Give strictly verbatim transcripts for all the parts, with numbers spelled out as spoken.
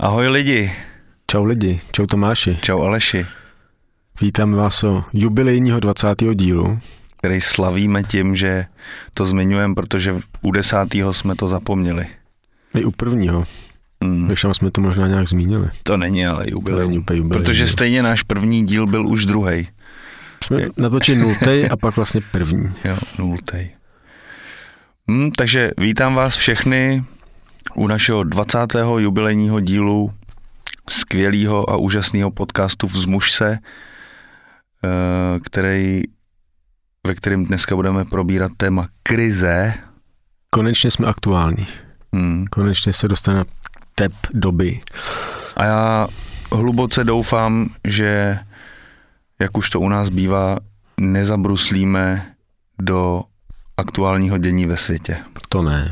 Ahoj lidi. Čau lidi, čau Tomáši. Čau Aleši. Vítáme vás o jubilejního dvacátého dílu. Který slavíme tím, že to zmiňujeme, protože u desátého jsme to zapomněli. I u prvního. Hmm. Když jsme to možná nějak zmínili. To není ale jubileum. To není jubileum. Protože stejně náš první díl byl už druhej. Jsme natočili nultej a pak vlastně první. Jo, nultej. Hmm, takže vítám vás všechny u našeho dvacátého jubilejního dílu skvělého a úžasného podcastu Vzmuž se, který, ve kterém dneska budeme probírat téma krize. Konečně jsme aktuální. Hmm. Konečně se dostane na tep doby. A já hluboce doufám, že jak už to u nás bývá, nezabruslíme do aktuálního dění ve světě. To ne.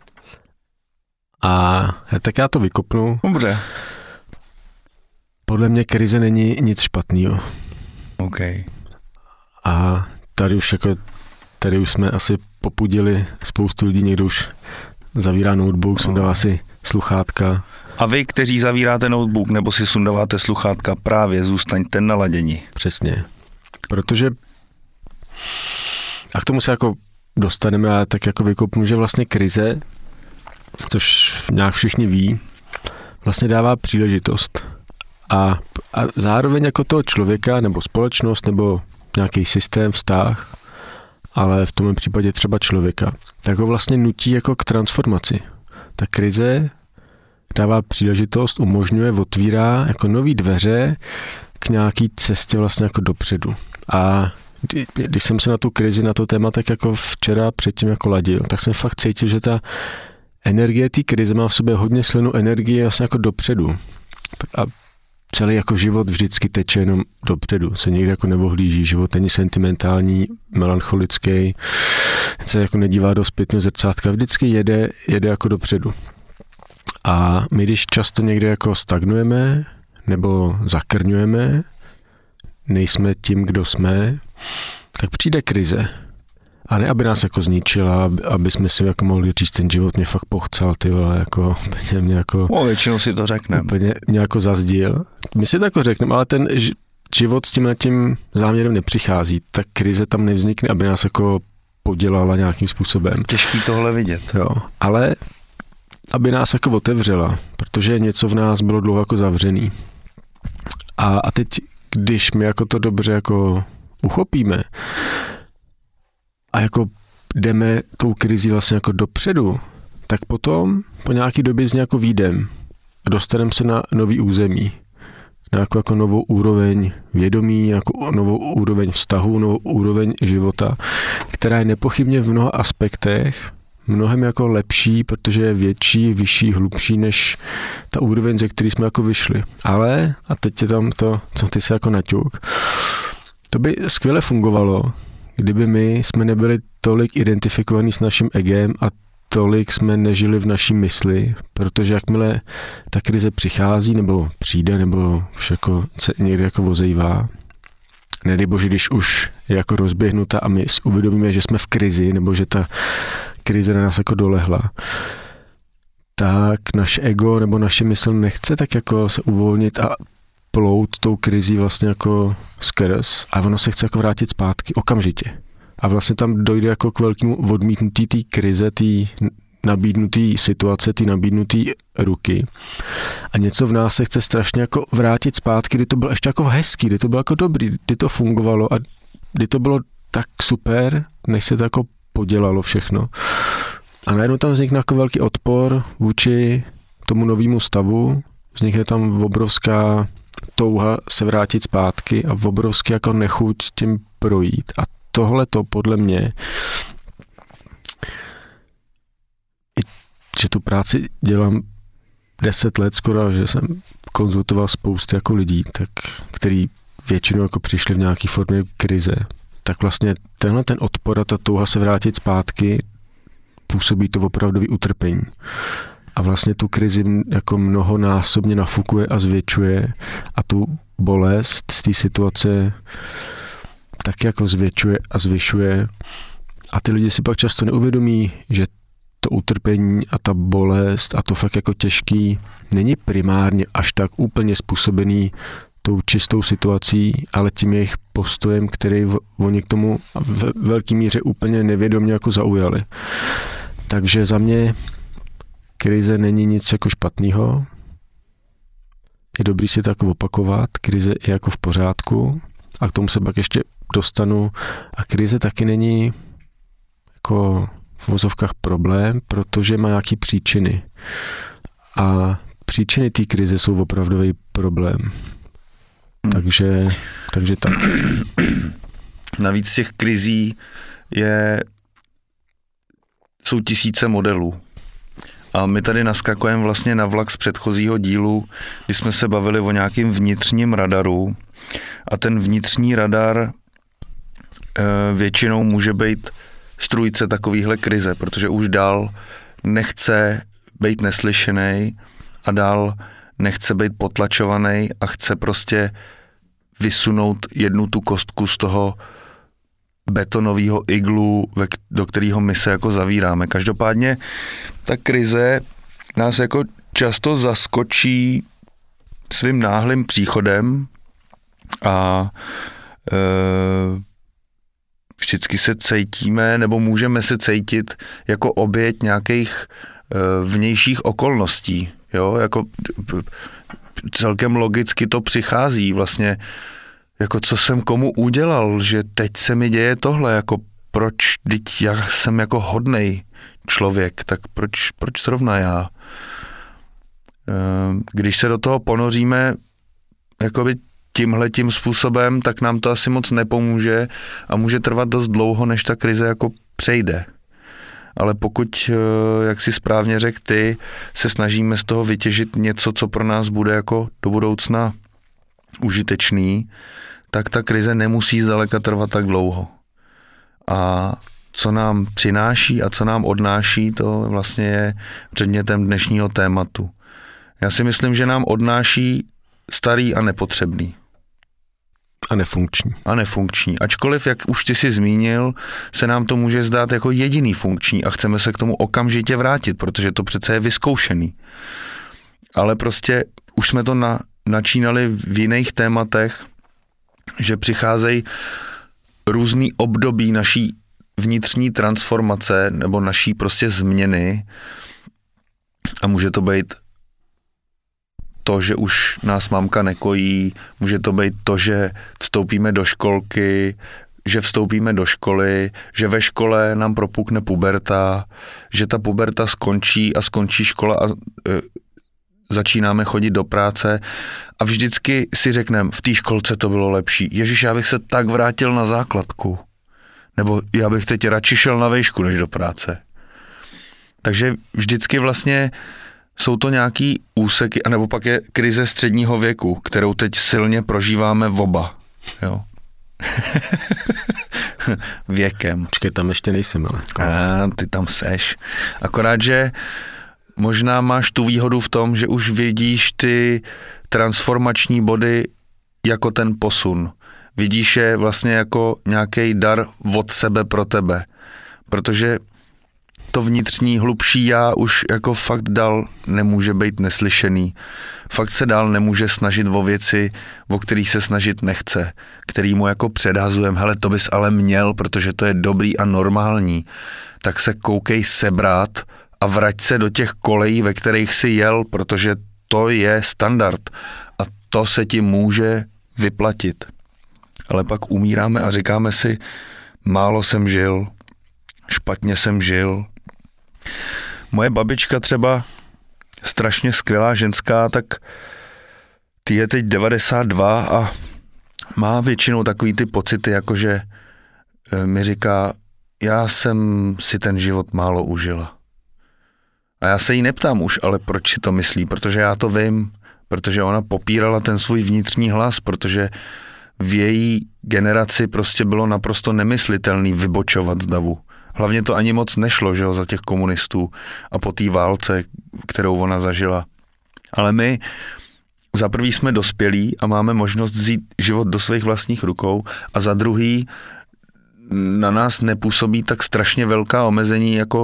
A tak já to vykopnu. Dobře. Podle mě krize není nic špatného. OK. A tady už jako, tady už jsme asi popudili spoustu lidí, někdo už zavírá notebook, sundává si sluchátka. A vy, kteří zavíráte notebook nebo si sundáváte sluchátka, právě zůstaňte naladěni. Přesně. Protože a k tomu se jako dostaneme, ale tak jako vykopnu, že vlastně krize, což nějak všichni ví, vlastně dává příležitost. A, a zároveň jako toho člověka, nebo společnost, nebo nějaký systém, vztah, ale v tom případě třeba člověka, tak ho vlastně nutí jako k transformaci. Ta krize dává příležitost, umožňuje, otvírá jako nový dveře k nějaký cestě vlastně jako dopředu. A když jsem se na tu krizi, na to téma tak jako včera předtím jako ladil, tak jsem fakt cítil, že ta energie té krize má v sobě hodně silnou energii vlastně jako dopředu. A celý jako život vždycky teče jenom dopředu, se někdy jako neohlíží, život není sentimentální, melancholický, se jako nedívá do zpětného zrcátka, vždycky jede, jede jako dopředu. A my když často někde jako stagnujeme, nebo zakrňujeme, nejsme tím, kdo jsme, tak přijde krize. A ne, aby nás jako zničila, aby jsme si jako mohli říct, ten život mě fakt pochcal, ty vole, jako úplně mě jako... O, většinou si to řekneme. Úplně mě jako zazdíl. My si to jako řekneme, ale ten život s tím tím záměrem nepřichází. Ta krize tam nevznikne, aby nás jako podělala nějakým způsobem. Těžký tohle vidět. Jo, ale aby nás jako otevřela, protože něco v nás bylo dlouho jako zavřený. A, a teď, když my jako to dobře jako uchopíme, a jako jdeme tou krizí vlastně jako dopředu, tak potom po nějaký době z ní jako výjdem a dostaneme se na nový území, na jako, jako novou úroveň vědomí, jako novou úroveň vztahu, novou úroveň života, která je nepochybně v mnoha aspektech mnohem jako lepší, protože je větší, vyšší, hlubší než ta úroveň, ze který jsme jako vyšli. Ale, a teď je tam to, co ty se jako naťuk, to by skvěle fungovalo, kdyby my jsme nebyli tolik identifikovaní s naším egem a tolik jsme nežili v naší mysli, protože jakmile ta krize přichází, nebo přijde, nebo už jako se někde jako vozejvá, nedej bože, když už je jako rozběhnuta a my si uvědomíme, že jsme v krizi, nebo že ta krize na nás jako dolehla, tak naše ego nebo naše mysl nechce tak jako se uvolnit a plout tou krizí vlastně jako skrz a ono se chce jako vrátit zpátky okamžitě. A vlastně tam dojde jako k velkému odmítnutí té krize, té nabídnuté situace, té nabídnuté ruky. A něco v nás se chce strašně jako vrátit zpátky, kdy to bylo ještě jako hezký, kdy to bylo jako dobrý, kdy to fungovalo a kdy to bylo tak super, než se to jako podělalo všechno. A najednou tam vznikne jako velký odpor vůči tomu novému stavu, vznikne tam obrovská touha se vrátit zpátky a obrovský jako nechuť tím projít. A tohle to podle mě, že tu práci dělám deset let skoro, že jsem konzultoval spousty jako lidí, tak, který většinou jako přišli v nějaké formě krize, tak vlastně tenhle ten odpor a ta touha se vrátit zpátky působí to opravdový utrpení. A vlastně tu krizi jako mnohonásobně nafukuje a zvětšuje a tu bolest z té situace tak jako zvětšuje a zvyšuje. A ty lidi si pak často neuvědomí, že to utrpení a ta bolest a to fakt jako těžký není primárně až tak úplně způsobený tou čistou situací, ale tím jejich postojem, který oni k tomu v velké míře úplně nevědomě jako zaujali. Takže za mě krize není nic jako špatného. Je dobrý si to jako opakovat, krize je jako v pořádku a k tomu se pak ještě dostanu. A krize taky není jako v vozovkách problém, protože má nějaký příčiny. A příčiny té krize jsou opravdový problém. Hmm. Takže, takže tak. Navíc těch krizí je, jsou tisíce modelů. A my tady naskakujeme vlastně na vlak z předchozího dílu, kdy jsme se bavili o nějakým vnitřním radaru. A ten vnitřní radar e, většinou může být strůjce takovýhle krize, protože už dál nechce být neslyšený a dál nechce být potlačovaný a chce prostě vysunout jednu tu kostku z toho betonového iglu, do kterého my se jako zavíráme. Každopádně ta krize nás jako často zaskočí svým náhlým příchodem a e, vždycky se cítíme, nebo můžeme se cítit jako oběť nějakých e, vnějších okolností. Jo? Jako, celkem logicky to přichází vlastně, jako co jsem komu udělal, že teď se mi děje tohle, jako proč, teď já jsem jako hodnej člověk, tak proč, proč zrovna já? Když se do toho ponoříme jakoby tímhletím způsobem, tak nám to asi moc nepomůže a může trvat dost dlouho, než ta krize jako přejde. Ale pokud, jak si správně řekl ty, se snažíme z toho vytěžit něco, co pro nás bude jako do budoucna užitečný, tak ta krize nemusí zdaleka trvat tak dlouho. A co nám přináší a co nám odnáší, to vlastně je předmětem dnešního tématu. Já si myslím, že nám odnáší starý a nepotřebný. A nefunkční. A nefunkční. Ačkoliv, jak už ty jsi zmínil, se nám to může zdát jako jediný funkční a chceme se k tomu okamžitě vrátit, protože to přece je vyzkoušený. Ale prostě už jsme to na, načínali v jiných tématech, že přicházejí různý období naší vnitřní transformace nebo naší prostě změny a může to být to, že už nás mamka nekojí, může to být to, že vstoupíme do školky, že vstoupíme do školy, že ve škole nám propukne puberta, že ta puberta skončí a skončí škola a e, začínáme chodit do práce a vždycky si řekneme, v té školce to bylo lepší. Ježiš, já bych se tak vrátil na základku. Nebo já bych teď radši šel na vejšku, než do práce. Takže vždycky vlastně jsou to nějaký úseky, anebo pak je krize středního věku, kterou teď silně prožíváme oba. Jo. Věkem. Počkej, tam ještě nejsem, ale. A, ty tam seš. Akorát, že možná máš tu výhodu v tom, že už vidíš ty transformační body jako ten posun. Vidíš je vlastně jako nějaký dar od sebe pro tebe. Protože to vnitřní, hlubší já už jako fakt dál nemůže být neslyšený. Fakt se dál nemůže snažit o věci, o kterých se snažit nechce, který mu jako předhazujem, hele, to bys ale měl, protože to je dobrý a normální. Tak se koukej sebrat a vrať se do těch kolejí, ve kterých jsi jel, protože to je standard a to se ti může vyplatit. Ale pak umíráme a říkáme si, málo jsem žil, špatně jsem žil. Moje babička třeba, strašně skvělá ženská, tak ty je teď devadesát dva a má většinou takový ty pocity, jakože mi říká, já jsem si ten život málo užila. A já se jí neptám už, ale proč si to myslí, protože já to vím, protože ona popírala ten svůj vnitřní hlas, protože v její generaci prostě bylo naprosto nemyslitelný vybočovat z davu. Hlavně to ani moc nešlo, že jo, za těch komunistů a po té válce, kterou ona zažila. Ale my za prvý jsme dospělí a máme možnost vzít život do svých vlastních rukou a za druhý na nás nepůsobí tak strašně velká omezení jako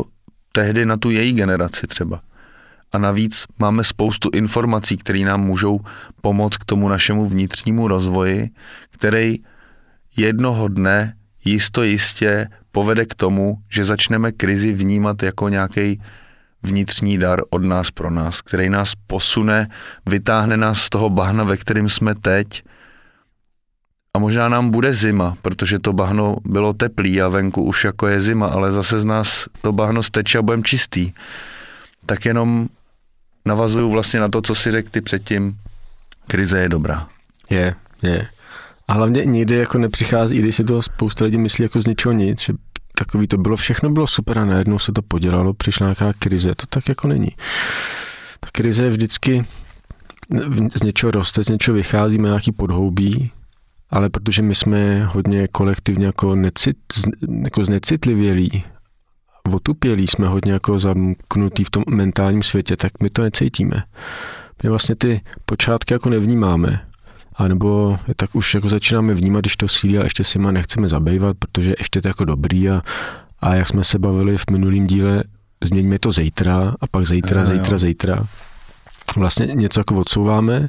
tehdy na tu její generaci třeba. A navíc máme spoustu informací, které nám můžou pomoct k tomu našemu vnitřnímu rozvoji, který jednoho dne jisto jistě povede k tomu, že začneme krizi vnímat jako nějaký vnitřní dar od nás pro nás, který nás posune, vytáhne nás z toho bahna, ve kterém jsme teď. A možná nám bude zima, protože to bahno bylo teplý a venku už jako je zima, ale zase z nás to bahno steče a budeme čistý. Tak jenom navazuju vlastně na to, co si řekl ty předtím. Krize je dobrá. Je, je. A hlavně nikdy jako nepřichází, i když si to spousta lidí myslí jako z ničeho nic, že takový to bylo, všechno bylo super a najednou se to podělalo, přišla nějaká krize. To tak jako není. Ta krize je vždycky z něčeho roste, z něčeho vycházíme nějaký podhoubí, ale protože my jsme hodně kolektivně jako, necit, jako znecitlivělí, otupělí, jsme hodně jako zamknutí v tom mentálním světě, tak my to necítíme. My vlastně ty počátky jako nevnímáme. A nebo tak už jako začínáme vnímat, když to sílí a ještě si ma nechceme zabývat, protože ještě to jako dobrý a, a jak jsme se bavili v minulém díle, změníme to zítra a pak zítra, jo, zítra, jo. zítra. Vlastně něco jako odsouváme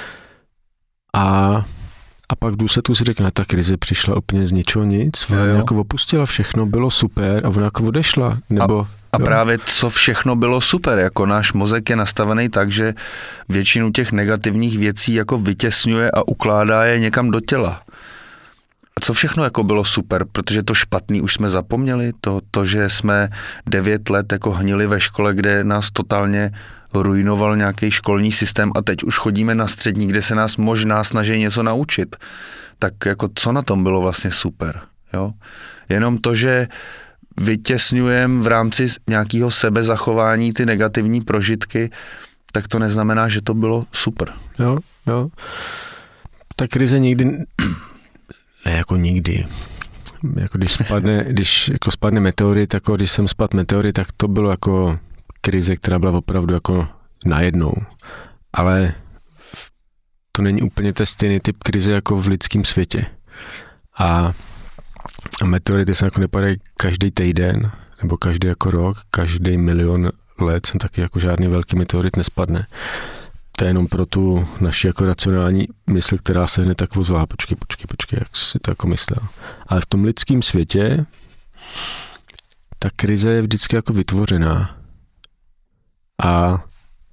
a A pak v důsledku si řekne, ta krize přišla úplně z ničeho nic, ona jako opustila všechno, bylo super a ona jako odešla. Nebo, a a právě co všechno bylo super, jako náš mozek je nastavený tak, že většinu těch negativních věcí jako vytěsňuje a ukládá je někam do těla. A co všechno jako bylo super, protože to špatný už jsme zapomněli, to, to že jsme devět let jako hnili ve škole, kde nás totálně ruinoval nějaký školní systém a teď už chodíme na střední, kde se nás možná snaží něco naučit. Tak jako co na tom bylo vlastně super, jo? Jenom to, že vytěsňujeme v rámci nějakého sebezachování ty negativní prožitky, tak to neznamená, že to bylo super. Jo, jo. Ta krize nikdy, ne jako nikdy, jako když spadne, když jako spadne meteorit, jako když jsem spadl meteorit, tak to bylo jako krize, která byla opravdu jako najednou. Ale to není úplně ten stejný typ krize jako v lidském světě. A, a meteority se jako nepadají každý týden, nebo každý jako rok, každý milion let sem taky jako žádný velký meteorit nespadne. To je jenom pro tu naši jako racionální mysl, která se hned tak ozvá, počkej, počkej, počkej, jak si to jako myslel. Ale v tom lidském světě ta krize je vždycky jako vytvořená. A,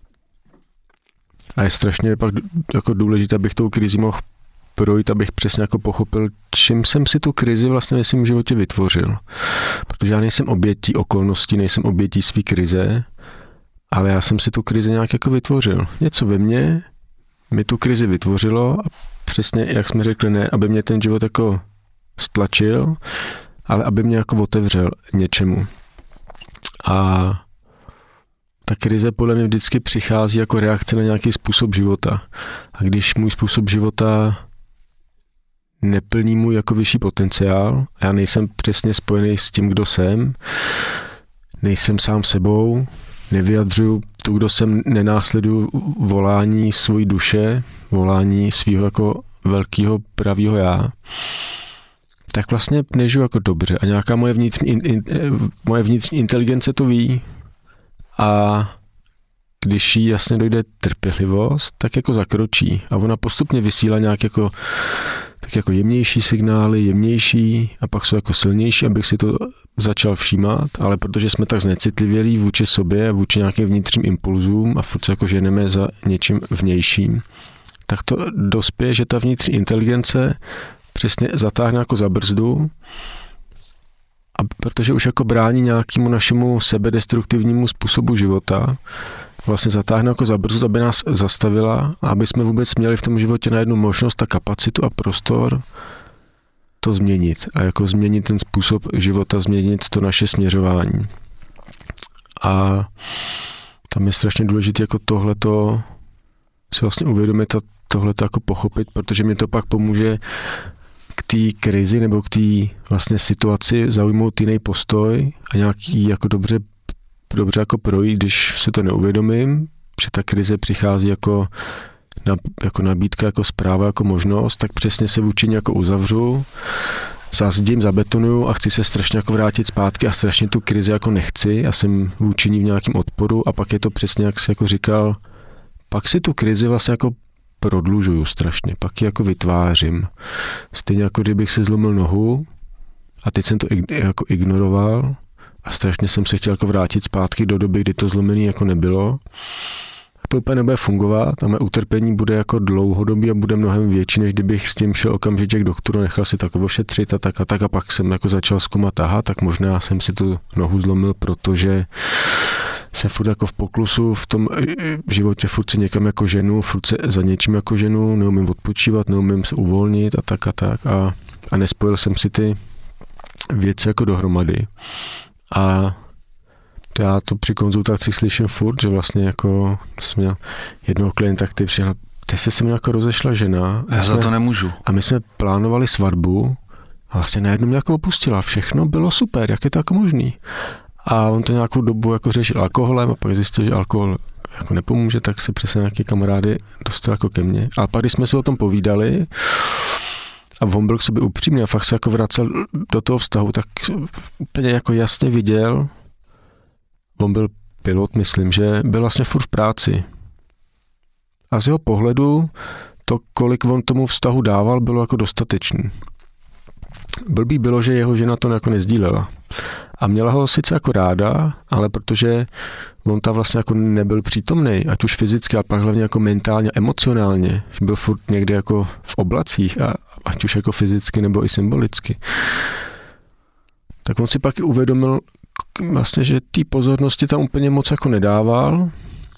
a je strašně pak jako důležité, abych tou krizi mohl projít, abych přesně jako pochopil, čím jsem si tu krizi vlastně ve svém životě vytvořil. Protože já nejsem obětí okolností, nejsem obětí své krize, ale já jsem si tu krizi nějak jako vytvořil. Něco ve mně mi tu krizi vytvořilo a přesně, jak jsme řekli, ne, aby mě ten život jako stlačil, ale aby mě jako otevřel něčemu. A ta krize podle mě vždycky přichází jako reakce na nějaký způsob života. A když můj způsob života neplní můj jako vyšší potenciál, a já nejsem přesně spojený s tím, kdo jsem, nejsem sám sebou, nevyjadřuju tu, kdo jsem, nenásleduju volání svojí duše, volání svého jako velkého pravýho já, tak vlastně nežiju jako dobře. A nějaká moje vnitřní, in, in, moje vnitřní inteligence to ví. A když jí jasně dojde trpělivost, tak jako zakročí. A ona postupně vysílá nějak jako, tak jako jemnější signály, jemnější a pak jsou jako silnější, abych si to začal všímat, ale protože jsme tak znecitlivělí vůči sobě, vůči nějakým vnitřním impulzům a furt se jako ženeme za něčím vnějším, tak to dospěje, že ta vnitřní inteligence přesně zatáhne jako za brzdu, a protože už jako brání nějakému našemu sebedestruktivnímu způsobu života, vlastně zatáhne jako za brzdu, aby nás zastavila a aby jsme vůbec měli v tom životě najednou možnost a kapacitu a prostor to změnit a jako změnit ten způsob života, změnit to naše směřování. A tam je strašně důležité jako tohleto si vlastně uvědomit a tohleto jako pochopit, protože mi to pak pomůže k té krizi nebo k té vlastně situaci zaujmout jiný postoj a nějaký jako dobře, dobře jako projít, když si to neuvědomím, že ta krize přichází jako, jako nabídka, jako zpráva, jako možnost, tak přesně se vůči ní jako uzavřu zazdím, zabetonuju a chci se strašně jako vrátit zpátky a strašně tu krizi jako nechci. Já jsem vůči ní v nějakém odporu a pak je to přesně, jak jsi jako říkal, pak si tu krizi vlastně jako prodlužuju strašně, pak ji jako vytvářím. Stejně jako kdybych si zlomil nohu a teď jsem to jako ignoroval a strašně jsem se chtěl jako vrátit zpátky do doby, kdy to zlomený jako nebylo. To úplně nebude fungovat a mé utrpení bude jako dlouhodobý a bude mnohem větší, než kdybych s tím šel okamžitě k doktoru, nechal si tak ošetřit a tak a tak a pak jsem jako začal zkoumat, aha, tak možná jsem si tu nohu zlomil, protože se furt jako v poklusu, v tom životě furt si někam jako ženu, furt se za něčím jako ženu, neumím odpočívat, neumím se uvolnit a tak a tak a, a nespojil jsem si ty věci jako dohromady. A já to při konzultacích slyším furt, že vlastně jako jsem měl jednoho klienta, který přišel, teď se se mi jako rozešla žena. Já za jsme, to nemůžu. A my jsme plánovali svatbu a vlastně najednou mě jako opustila. Všechno bylo super, jak je to jako možný. A on to nějakou dobu jako řešil alkoholem a pak zjistil, že alkohol jako nepomůže, tak se přesně nějaký kamarády dostal jako ke mně. A pak, když jsme si o tom povídali a on byl k sobě upřímný a fakt se jako vracel do toho vztahu, tak úplně jako jasně viděl, on byl pilot, myslím, že byl vlastně furt v práci. A z jeho pohledu to, kolik on tomu vztahu dával, bylo jako dostatečný. Blbý bylo, že jeho žena to jako nezdílela. A měla ho sice jako ráda, ale protože on tam vlastně jako nebyl přítomný, ať už fyzicky, ale pak hlavně jako mentálně, emocionálně, byl furt někde jako v oblacích, a ať už jako fyzicky nebo i symbolicky. Tak on si pak i uvědomil, vlastně, že té pozornosti tam úplně moc jako nedával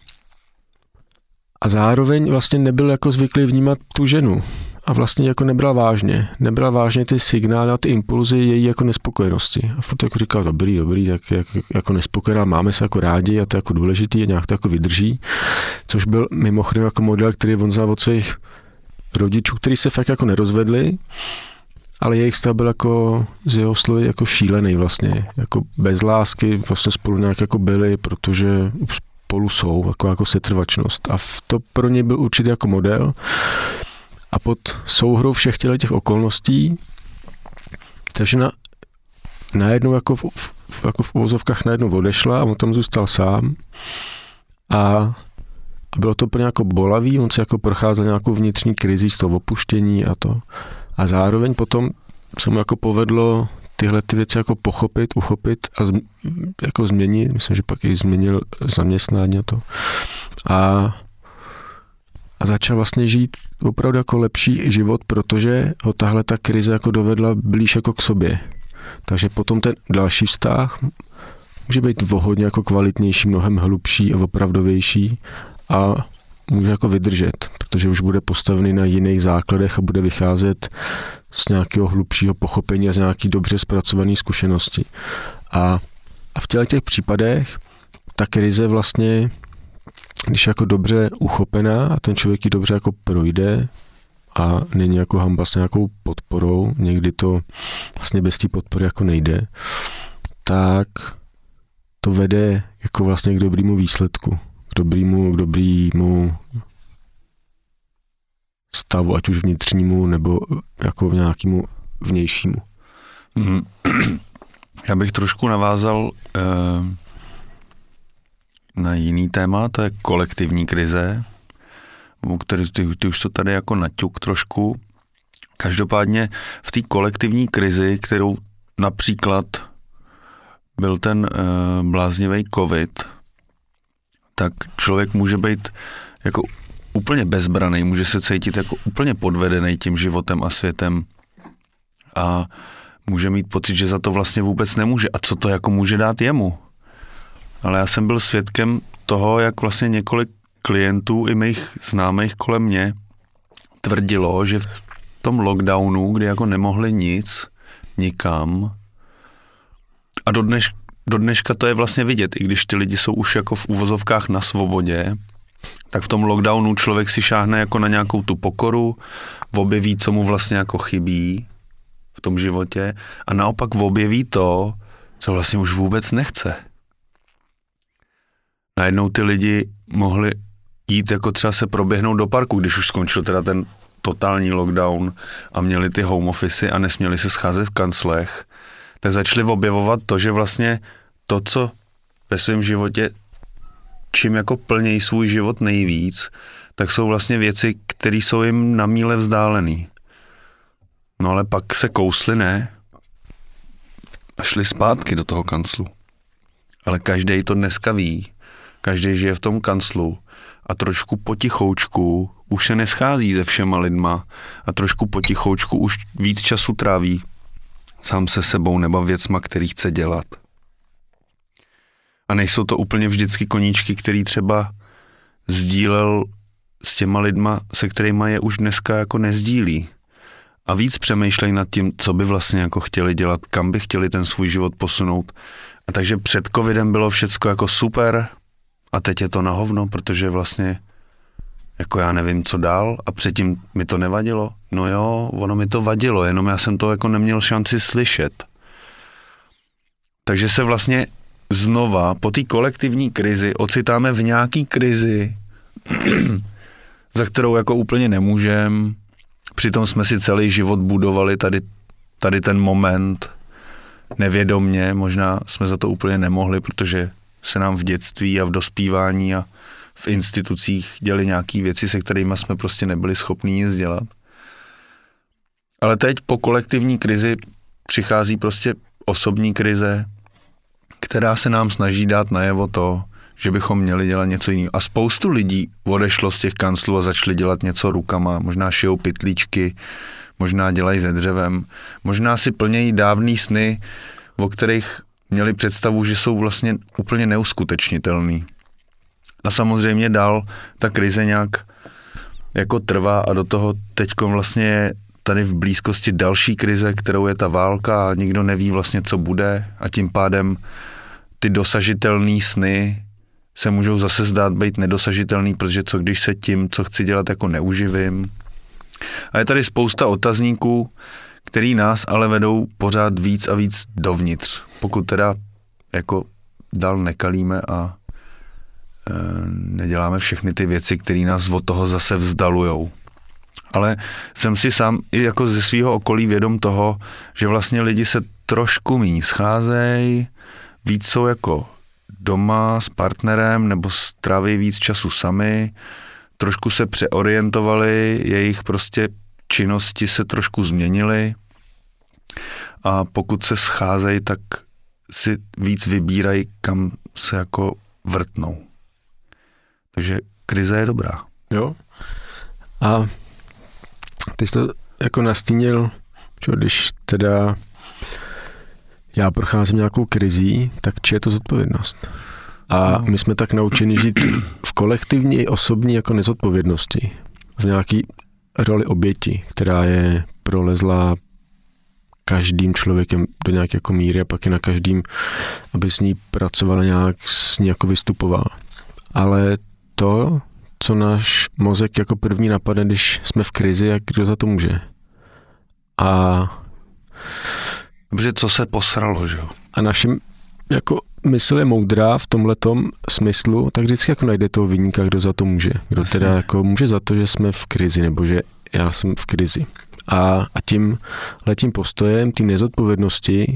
a zároveň vlastně nebyl jako zvyklý vnímat tu ženu a vlastně jako nebral vážně. Nebral vážně ty signály a ty impulzy její jako nespokojenosti. A furt jako říkal, dobrý, dobrý, tak jak, jako nespokojená, máme se jako rádi a to je jako důležitý a nějak to jako vydrží. Což byl mimochodem jako model, který on znal od svých rodičů, kteří se fakt jako nerozvedli, ale jejich stav byl jako z jeho slovy jako šílený vlastně, jako bez lásky vlastně spolu nějak jako byli, protože spolu jsou, jako, jako setrvačnost. A to pro něj byl určitý jako model. A pod souhrou všech těch okolností, takže na, najednou jako v, v, jako v uvozovkách najednou odešla a on tam zůstal sám. A, a bylo to pro něj jako bolavý, on se jako procházel nějakou vnitřní krizí z toho opuštění a to. A zároveň potom se mu jako povedlo tyhle ty věci jako pochopit, uchopit a z, jako změnit. Myslím, že pak i změnil zaměstnání a to. A, a začal vlastně žít opravdu jako lepší život, protože ho tahle ta krize jako dovedla blíž jako k sobě. Takže potom ten další vztah může být vohodně jako kvalitnější, mnohem hlubší a opravdovější a může jako vydržet, protože už bude postavený na jiných základech a bude vycházet z nějakého hlubšího pochopení a z nějaký dobře zpracované zkušenosti. A, a v těch, těch případech ta krize vlastně, když je jako dobře uchopená a ten člověk ji dobře jako projde a není jako hamba s nějakou podporou, někdy to vlastně bez té podpory jako nejde, tak to vede jako vlastně k dobrému výsledku. K dobrýmu, k dobrýmu stavu, ať už vnitřnímu, nebo jako v nějakému vnějšímu. Mm. Já bych trošku navázal eh, na jiný téma, to je kolektivní krize, který ty, ty už to tady jako naťuk trošku. Každopádně v té kolektivní krizi, kterou například byl ten eh, bláznivý covid, tak člověk může být jako úplně bezbraný, může se cítit jako úplně podvedený tím životem a světem a může mít pocit, že za to vlastně vůbec nemůže. A co to jako může dát jemu? Ale já jsem byl svědkem toho, jak vlastně několik klientů i mých známých kolem mě tvrdilo, že v tom lockdownu, kdy jako nemohli nic, nikam a do dneška Do dneška to je vlastně vidět, i když ty lidi jsou už jako v uvozovkách na svobodě, tak v tom lockdownu člověk si šáhne jako na nějakou tu pokoru, objeví, co mu vlastně jako chybí v tom životě a naopak objeví to, co vlastně už vůbec nechce. Najednou ty lidi mohli jít jako třeba se proběhnout do parku, když už skončil teda ten totální lockdown a měli ty home office a nesměli se scházet v kanclech, tak začali objevovat to, že vlastně to, co ve svém životě, čím jako plnějí svůj život nejvíc, tak jsou vlastně věci, které jsou jim na míle vzdálený. No ale pak se kousli, ne? A šli zpátky do toho kanclu. Ale každej to dneska ví. Každej žije v tom kanclu a trošku potichoučku už se neschází se všema lidma a trošku potichoučku už víc času tráví sám se sebou nebo věcma, který chce dělat. A nejsou to úplně vždycky koníčky, který třeba sdílel s těma lidma, se kterýma je už dneska jako nezdílí. A víc přemýšlej nad tím, co by vlastně jako chtěli dělat, kam by chtěli ten svůj život posunout. A takže před covidem bylo všecko jako super a teď je to na hovno, protože vlastně jako já nevím, co dál a předtím mi to nevadilo. No jo, ono mi to vadilo, jenom já jsem to jako neměl šanci slyšet. Takže se vlastně znova po té kolektivní krizi ocitáme v nějaký krizi, za kterou jako úplně nemůžem. Přitom jsme si celý život budovali tady, tady ten moment nevědomně, možná jsme za to úplně nemohli, protože se nám v dětství a v dospívání a v institucích děli nějaký věci, se kterými jsme prostě nebyli schopní nic dělat. Ale teď po kolektivní krizi přichází prostě osobní krize, která se nám snaží dát najevo to, že bychom měli dělat něco jiného. A spoustu lidí odešlo z těch kanclů a začali dělat něco rukama, možná šijou pytlíčky, možná dělají ze dřevem, možná si plnějí dávný sny, o kterých měli představu, že jsou vlastně úplně neuskutečnitelný. A samozřejmě dál ta krize nějak jako trvá a do toho teďkom vlastně je tady v blízkosti další krize, kterou je ta válka a nikdo neví vlastně, co bude a tím pádem ty dosažitelné sny se můžou zase zdát být nedosažitelný, protože co když se tím, co chci dělat, jako neuživím. A je tady spousta otazníků, který nás ale vedou pořád víc a víc dovnitř, pokud teda jako dál nekalíme a e, neděláme všechny ty věci, které nás od toho zase vzdalujou. Ale jsem si sám i jako ze svého okolí vědom toho, že vlastně lidi se trošku míň scházejí, víc jsou jako doma s partnerem nebo stráví víc času sami, trošku se přeorientovali, jejich prostě činnosti se trošku změnily a pokud se scházejí, tak si víc vybírají, kam se jako vrtnou. Takže krize je dobrá. Jo. A ty jsi to jako nastínil, čo, když teda já procházím nějakou krizí, tak či je to zodpovědnost? A my jsme tak naučeni žít v kolektivní i osobní jako nezodpovědnosti. V nějaký roli oběti, která je prolezla každým člověkem do nějaké jako míry a pak je na každým, aby s ní pracovala nějak, s ní jako vystupovala. Ale to, co náš mozek jako první napadne, když jsme v krizi, jak kdo za to může. A Protože co se posralo, že jo? A našim jako mysl je moudrá v tomhletom smyslu, tak vždycky jako najde toho viníka, kdo za to může. Kdo Asi. teda jako může za to, že jsme v krizi, nebo že já jsem v krizi. A, a tím letím postojem, tím nezodpovědnosti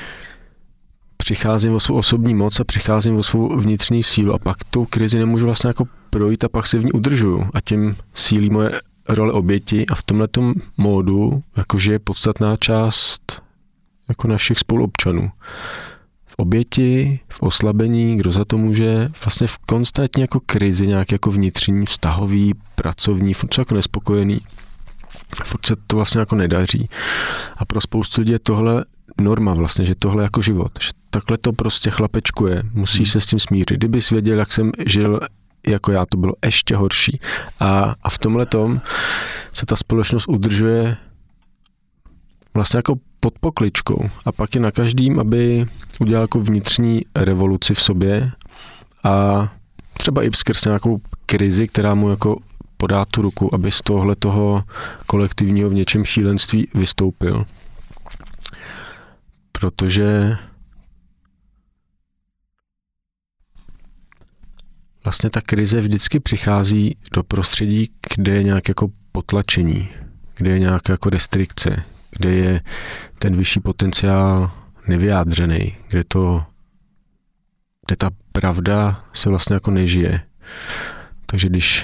přicházím o svou osobní moc a přicházím o svou vnitřní sílu a pak tu krizi nemůžu vlastně jako projít a pak se v ní udržuju a tím sílí moje role oběti a v tomhletom módu jakože je podstatná část jako našich spoluobčanů. V oběti, v oslabení, kdo za to může, vlastně v konstantní jako krizi, nějak jako vnitřní, vztahový, pracovní, furt jako nespokojený, furt se to vlastně jako nedaří. A pro spoustu lidí je tohle norma vlastně, že tohle jako život. Že takhle to prostě chlapečku je, musí hmm. se s tím smířit. Kdybys věděl, jak jsem žil jako já, to bylo ještě horší. A, a v tomhletom se ta společnost udržuje vlastně jako pod pokličkou a pak je na každým, aby udělal jako vnitřní revoluci v sobě a třeba i skrz nějakou krizi, která mu jako podá tu ruku, aby z tohle toho kolektivního v něčem šílenství vystoupil. Protože vlastně ta krize vždycky přichází do prostředí, kde je nějak jako potlačení, kde je nějaká jako restrikce, kde je ten vyšší potenciál nevyjádřený, kde to, kde ta pravda se vlastně jako nežije. Takže když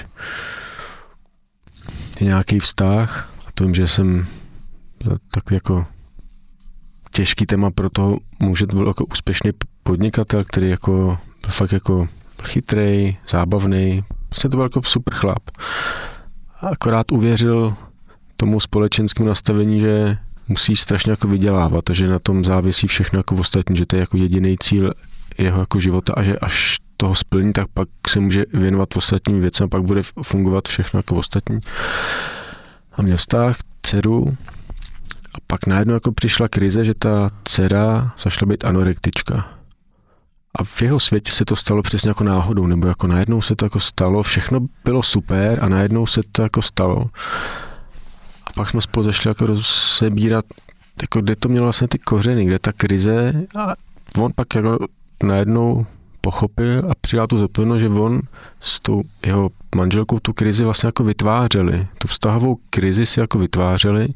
je nějaký vztah, a to vím, že jsem takový jako těžký téma pro toho muže, to byl jako úspěšný podnikatel, který jako byl fakt jako chytrej, zábavný, vlastně to byl jako super chlap. A akorát uvěřil tomu společenskému nastavení, že musí strašně jako vydělávat a že na tom závisí všechno jako ostatní, že to je jako jediný cíl jeho jako života a že až toho splní, tak pak se může věnovat ostatním věcem a pak bude fungovat všechno jako ostatní. A měl vztah, dceru a pak najednou jako přišla krize, že ta dcera zašla být anorektička. A v jeho světě se to stalo přesně jako náhodou, nebo jako najednou se to jako stalo, všechno bylo super a najednou se to jako stalo. A pak jsme spolu zašli jako rozebírat, jako kde to mělo vlastně ty kořeny, kde ta krize a on pak jako najednou pochopil a přijal tu zodpovědnost, že on s tou jeho manželkou tu krizi vlastně jako vytvářeli. Tu vztahovou krizi si jako vytvářeli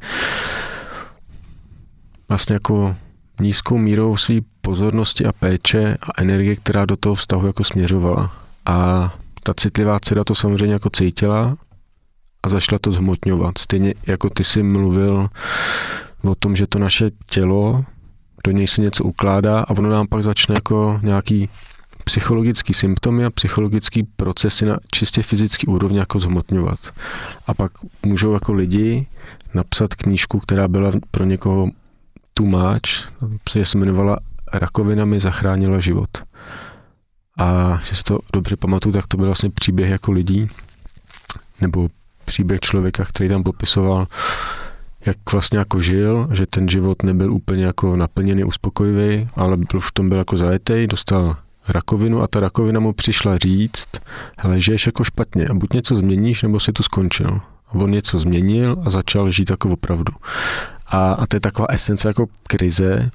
vlastně jako nízkou mírou své pozornosti a péče a energie, která do toho vztahu jako směřovala. A ta citlivá dcera to samozřejmě jako cítila a začala to zhmotňovat. Stejně jako ty jsi mluvil o tom, že to naše tělo, do něj se něco ukládá a ono nám pak začne jako nějaký psychologický symptomy a psychologický procesy na čistě fyzický úrovni jako zhmotňovat. A pak můžou jako lidi napsat knížku, která byla pro někoho too much, že se jmenovala Rakovina mi zachránila život. A že si to dobře pamatuju, tak to byl vlastně příběh jako lidí, nebo příběh člověka, který tam popisoval, jak vlastně jako žil, že ten život nebyl úplně jako naplněný, uspokojivý, ale už v tom byl jako zajetej, dostal rakovinu a ta rakovina mu přišla říct, hele, žiješ jako špatně a buď něco změníš, nebo si tu skončil. A on něco změnil a začal žít jako opravdu. A, a to je taková esence jako krize,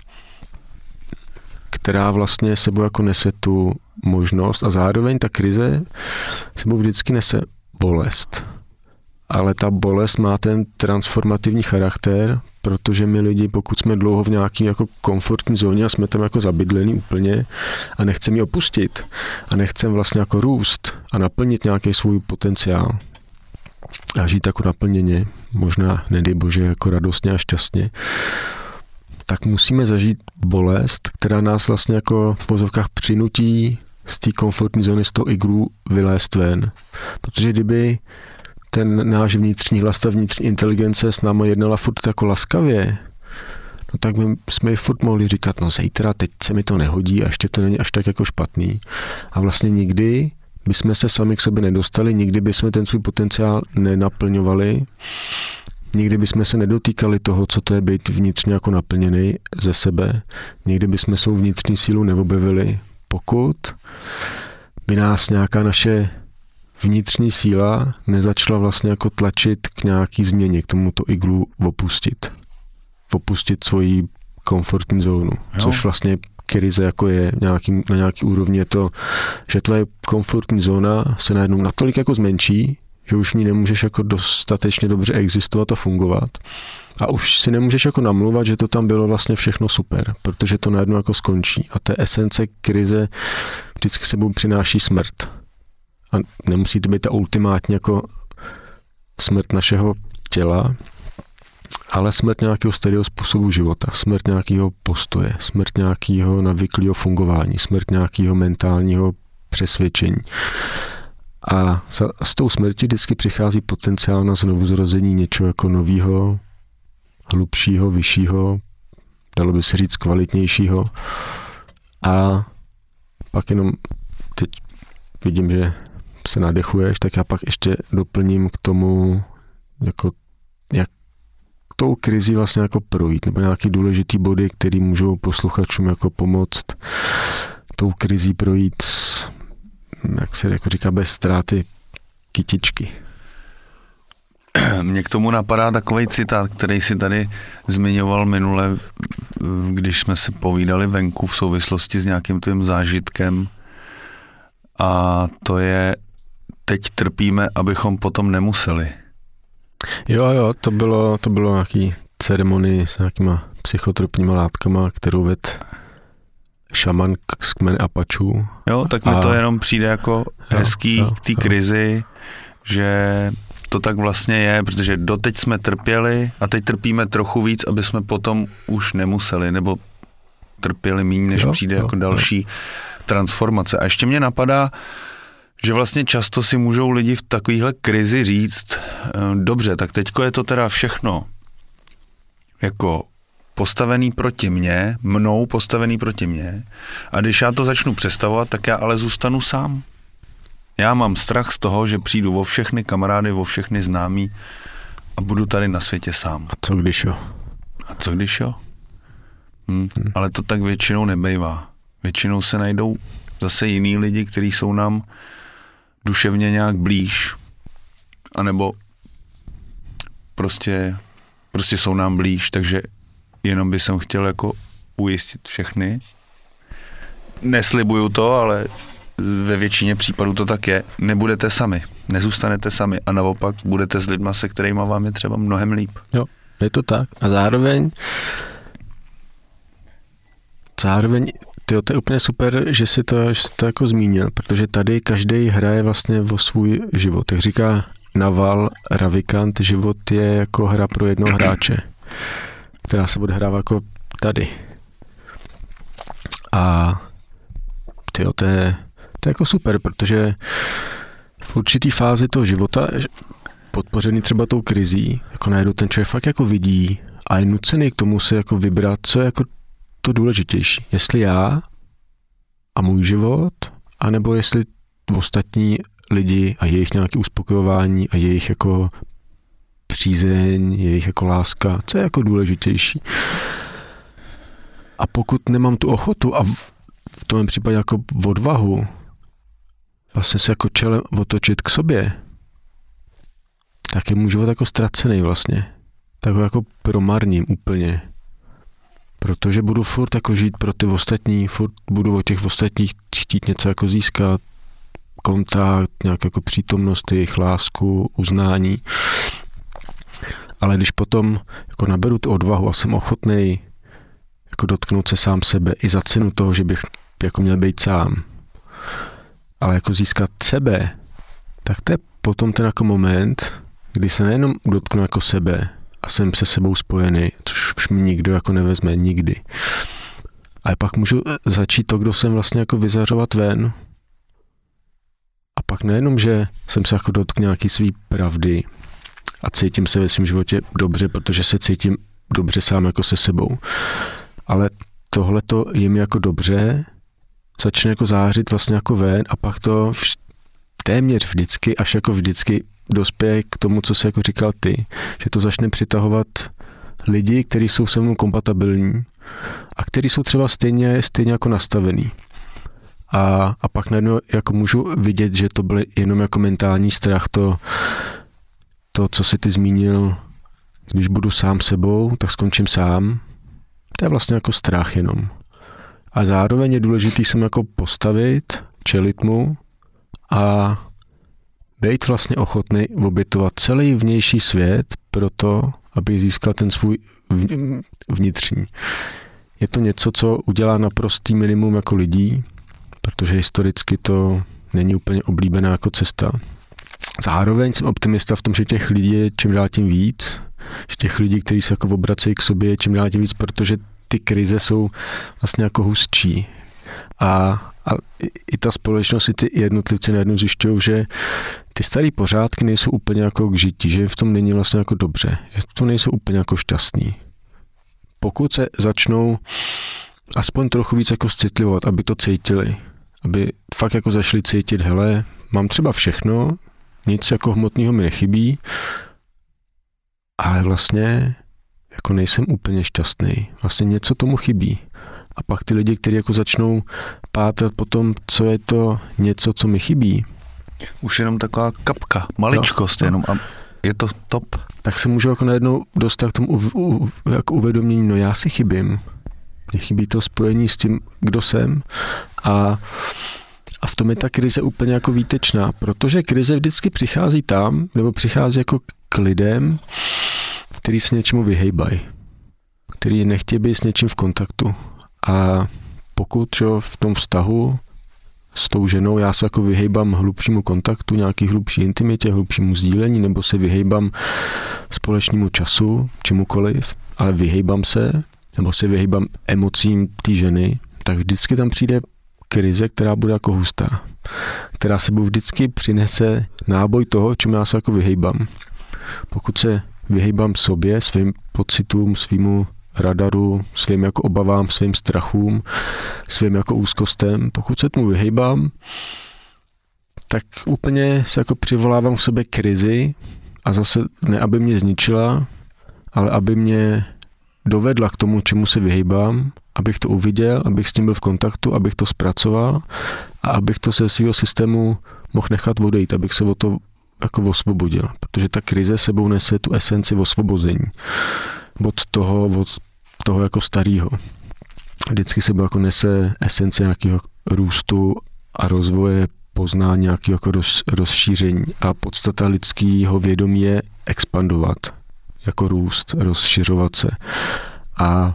která vlastně sebou jako nese tu možnost a zároveň ta krize sebou vždycky nese bolest. Ale ta bolest má ten transformativní charakter, protože my lidi, pokud jsme dlouho v nějaký jako komfortní zóně a jsme tam jako zabydlení úplně a nechceme ji opustit a nechceme vlastně jako růst a naplnit nějaký svůj potenciál a žít jako naplněně, možná nedej bože jako radostně a šťastně, tak musíme zažít bolest, která nás vlastně jako v vozovkách přinutí z té komfortní zóny, z toho iglu vylézt ven. Protože kdyby ten náš vnitřní hlas, ta vnitřní inteligence s náma jednala furt jako laskavě, no tak my jsme ji furt mohli říkat, no zítra, teď se mi to nehodí a ještě to není až tak jako špatný. A vlastně nikdy bychom se sami k sobě nedostali, nikdy bychom ten svůj potenciál nenaplňovali, nikdy bychom se nedotýkali toho, co to je být vnitřně jako naplněný ze sebe, nikdy bychom svou vnitřní sílu neobjevili, pokud by nás nějaká naše vnitřní síla nezačala vlastně jako tlačit k nějaký změně, k tomuto iglu opustit. Opustit svoji komfortní zónu, jo. Což vlastně krize jako je nějaký, na nějaký úrovni je to, že tvoje komfortní zóna se najednou natolik jako zmenší, že už v ní nemůžeš jako dostatečně dobře existovat a fungovat. A už si nemůžeš jako namluvat, že to tam bylo vlastně všechno super, protože to najednou jako skončí. A té esence krize vždycky sebou přináší smrt. A nemusí to být ta ultimátní jako smrt našeho těla, ale smrt nějakého starého způsobu života, smrt nějakého postoje, smrt nějakého navyklého fungování, smrt nějakého mentálního přesvědčení. A s tou smrtí vždycky přichází potenciál na znovuzrození něčeho jako nového, hlubšího, vyššího, dalo by se říct kvalitnějšího. A pak jenom teď vidím, že se nadechuješ, tak já pak ještě doplním k tomu, jako, jak tou krizi vlastně jako projít, nebo nějaký důležitý body, který můžou posluchačům jako pomoct tou krizí projít, jak se jako říká, bez ztráty kytičky. Mně k tomu napadá takový citát, který si tady zmiňoval minule, když jsme si povídali venku v souvislosti s nějakým tvým zážitkem. A to je, teď trpíme, abychom potom nemuseli. Jo, jo, to bylo, to bylo nějaký ceremonii s nějakýma psychotropníma látkama, kterou ved šaman z kmene Apačů. Jo, tak mi a... to jenom přijde jako hezký k té krizi, že to tak vlastně je, protože doteď jsme trpěli a teď trpíme trochu víc, aby jsme potom už nemuseli, nebo trpěli míň, než jo, přijde jo, jako další jo. transformace. A ještě mě napadá, že vlastně často si můžou lidi v takovéhle krizi říct, dobře, tak teďko je to teda všechno jako postavený proti mně, mnou postavený proti mně a když já to začnu představovat, tak já ale zůstanu sám. Já mám strach z toho, že přijdu o všechny kamarády, o všechny známí a budu tady na světě sám. A co když jo? A co když jo? Hm, hm. Ale to tak většinou nebejvá. Většinou se najdou zase jiný lidi, kteří jsou nám duševně nějak blíž. A nebo prostě, prostě jsou nám blíž, takže jenom by jsem chtěl jako ujistit všechny. Neslibuju to, ale ve většině případů to tak je. Nebudete sami, nezůstanete sami a naopak budete s lidma, se kterýma vám je třeba mnohem líp. Jo, je to tak. A zároveň zároveň tyjo, to je úplně super, že si to, že jsi to jako zmínil, protože tady každý hraje vlastně o svůj život. Jak říká Naval Ravikant, život je jako hra pro jednoho hráče, která se odhrává jako tady. A tyjo, to je, to je jako super, protože v určitý fázi toho života, podpořený třeba tou krizí, jako najednou ten člověk fakt jako vidí a je nucený k tomu se jako vybrat, co je jako to důležitější. Jestli já a můj život, anebo jestli ostatní lidi a jejich nějaké uspokojování a jejich jako přízeň, jejich jako láska, co je jako důležitější. A pokud nemám tu ochotu a v, v tom případě jako odvahu vlastně se jako čelem otočit k sobě, tak je můj život jako ztracený vlastně. Tak ho jako promarním úplně. Protože budu furt jako žít pro ty ostatní, furt budu od těch ostatních chtít něco jako získat, kontakt, nějak jako přítomnost, jejich lásku, uznání. Ale když potom jako naberu tu odvahu a jsem ochotnej jako dotknout se sám sebe i za cenu toho, že bych jako měl být sám, ale jako získat sebe, tak to je potom ten jako moment, kdy se nejenom dotknu jako sebe a jsem se sebou spojený, což už mi nikdo jako nevezme nikdy. Ale pak můžu začít to, kdo jsem vlastně jako vyzařovat ven. A pak nejenom, že jsem se jako dotkl nějaký svý pravdy a cítím se ve svém životě dobře, protože se cítím dobře sám jako se sebou. Ale tohleto je mi jako dobře, začne jako zářit vlastně jako ven a pak to vš- téměř vždycky, až jako vždycky dospěje k tomu, co jsi jako říkal ty, že to začne přitahovat lidi, kteří jsou se mnou kompatibilní a kteří jsou třeba stejně, stejně jako nastavený. A, a pak najednou jako můžu vidět, že to byl jenom jako mentální strach, to, to, co jsi ty zmínil, když budu sám sebou, tak skončím sám. To je vlastně jako strach jenom. A zároveň je důležitý se jako postavit, čelit mu a být vlastně ochotný obětovat celý vnější svět pro to, aby získal ten svůj vnitřní. Je to něco, co udělá naprostý minimum jako lidí, protože historicky to není úplně oblíbená jako cesta. Zároveň jsem optimista v tom, že těch lidí je čím dál tím víc, že těch lidí, kteří se jako obracejí k sobě, je čím dál tím víc, protože ty krize jsou vlastně jako hustší. A, a i ta společnost, i ty jednotlivci najednou zjišťují, že ty starý pořádky nejsou úplně jako k žití, že v tom není vlastně jako dobře, že v tom nejsou úplně jako šťastní. Pokud se začnou aspoň trochu víc jako citlivovat, aby to cítili, aby fakt jako zašli cítit, hele, mám třeba všechno, nic jako hmotného mi nechybí, ale vlastně jako nejsem úplně šťastný. Vlastně něco tomu chybí. A pak ty lidi, kteří jako začnou pátrat po tom, co je to něco, co mi chybí. Už jenom taková kapka, maličkost no, jenom a je to top. Tak se můžu jako najednou dostat k tomu u, u, jako uvědomění, no já si chybím. Mně chybí to spojení s tím, kdo jsem a A v tom je ta krize úplně jako výtečná, protože krize vždycky přichází tam, nebo přichází jako k lidem, který se něčemu vyhejbají, který nechtějí být s něčím v kontaktu. A pokud čo, v tom vztahu s tou ženou já se jako vyhejbám hlubšímu kontaktu, nějaký hlubší intimitě, hlubšímu sdílení, nebo se vyhejbám společnému času, čemukoliv, ale vyhejbám se, nebo se vyhejbám emocím té ženy, tak vždycky tam přijde krize, která bude jako hustá, která sebou vždycky přinese náboj toho, čemu já se jako vyhejbám. Pokud se vyhejbám sobě, svým pocitům, svýmu radaru, svým jako obavám, svým strachům, svým jako úzkostem, pokud se tomu vyhejbám, tak úplně se jako přivolávám v sobě krizi a zase ne, aby mě zničila, ale aby mě dovedla k tomu, čemu se vyhejbám, abych to uviděl, abych s tím byl v kontaktu, abych to zpracoval a abych to se svého systému mohl nechat odejít, abych se o to jako osvobodil, protože ta krize sebou nese tu esenci osvobození od toho, od toho jako starého. Vždycky sebou jako nese esenci nějakého růstu a rozvoje, poznání, nějakého jako roz, rozšíření a podstata lidského vědomí je expandovat, jako růst, rozšiřovat se. A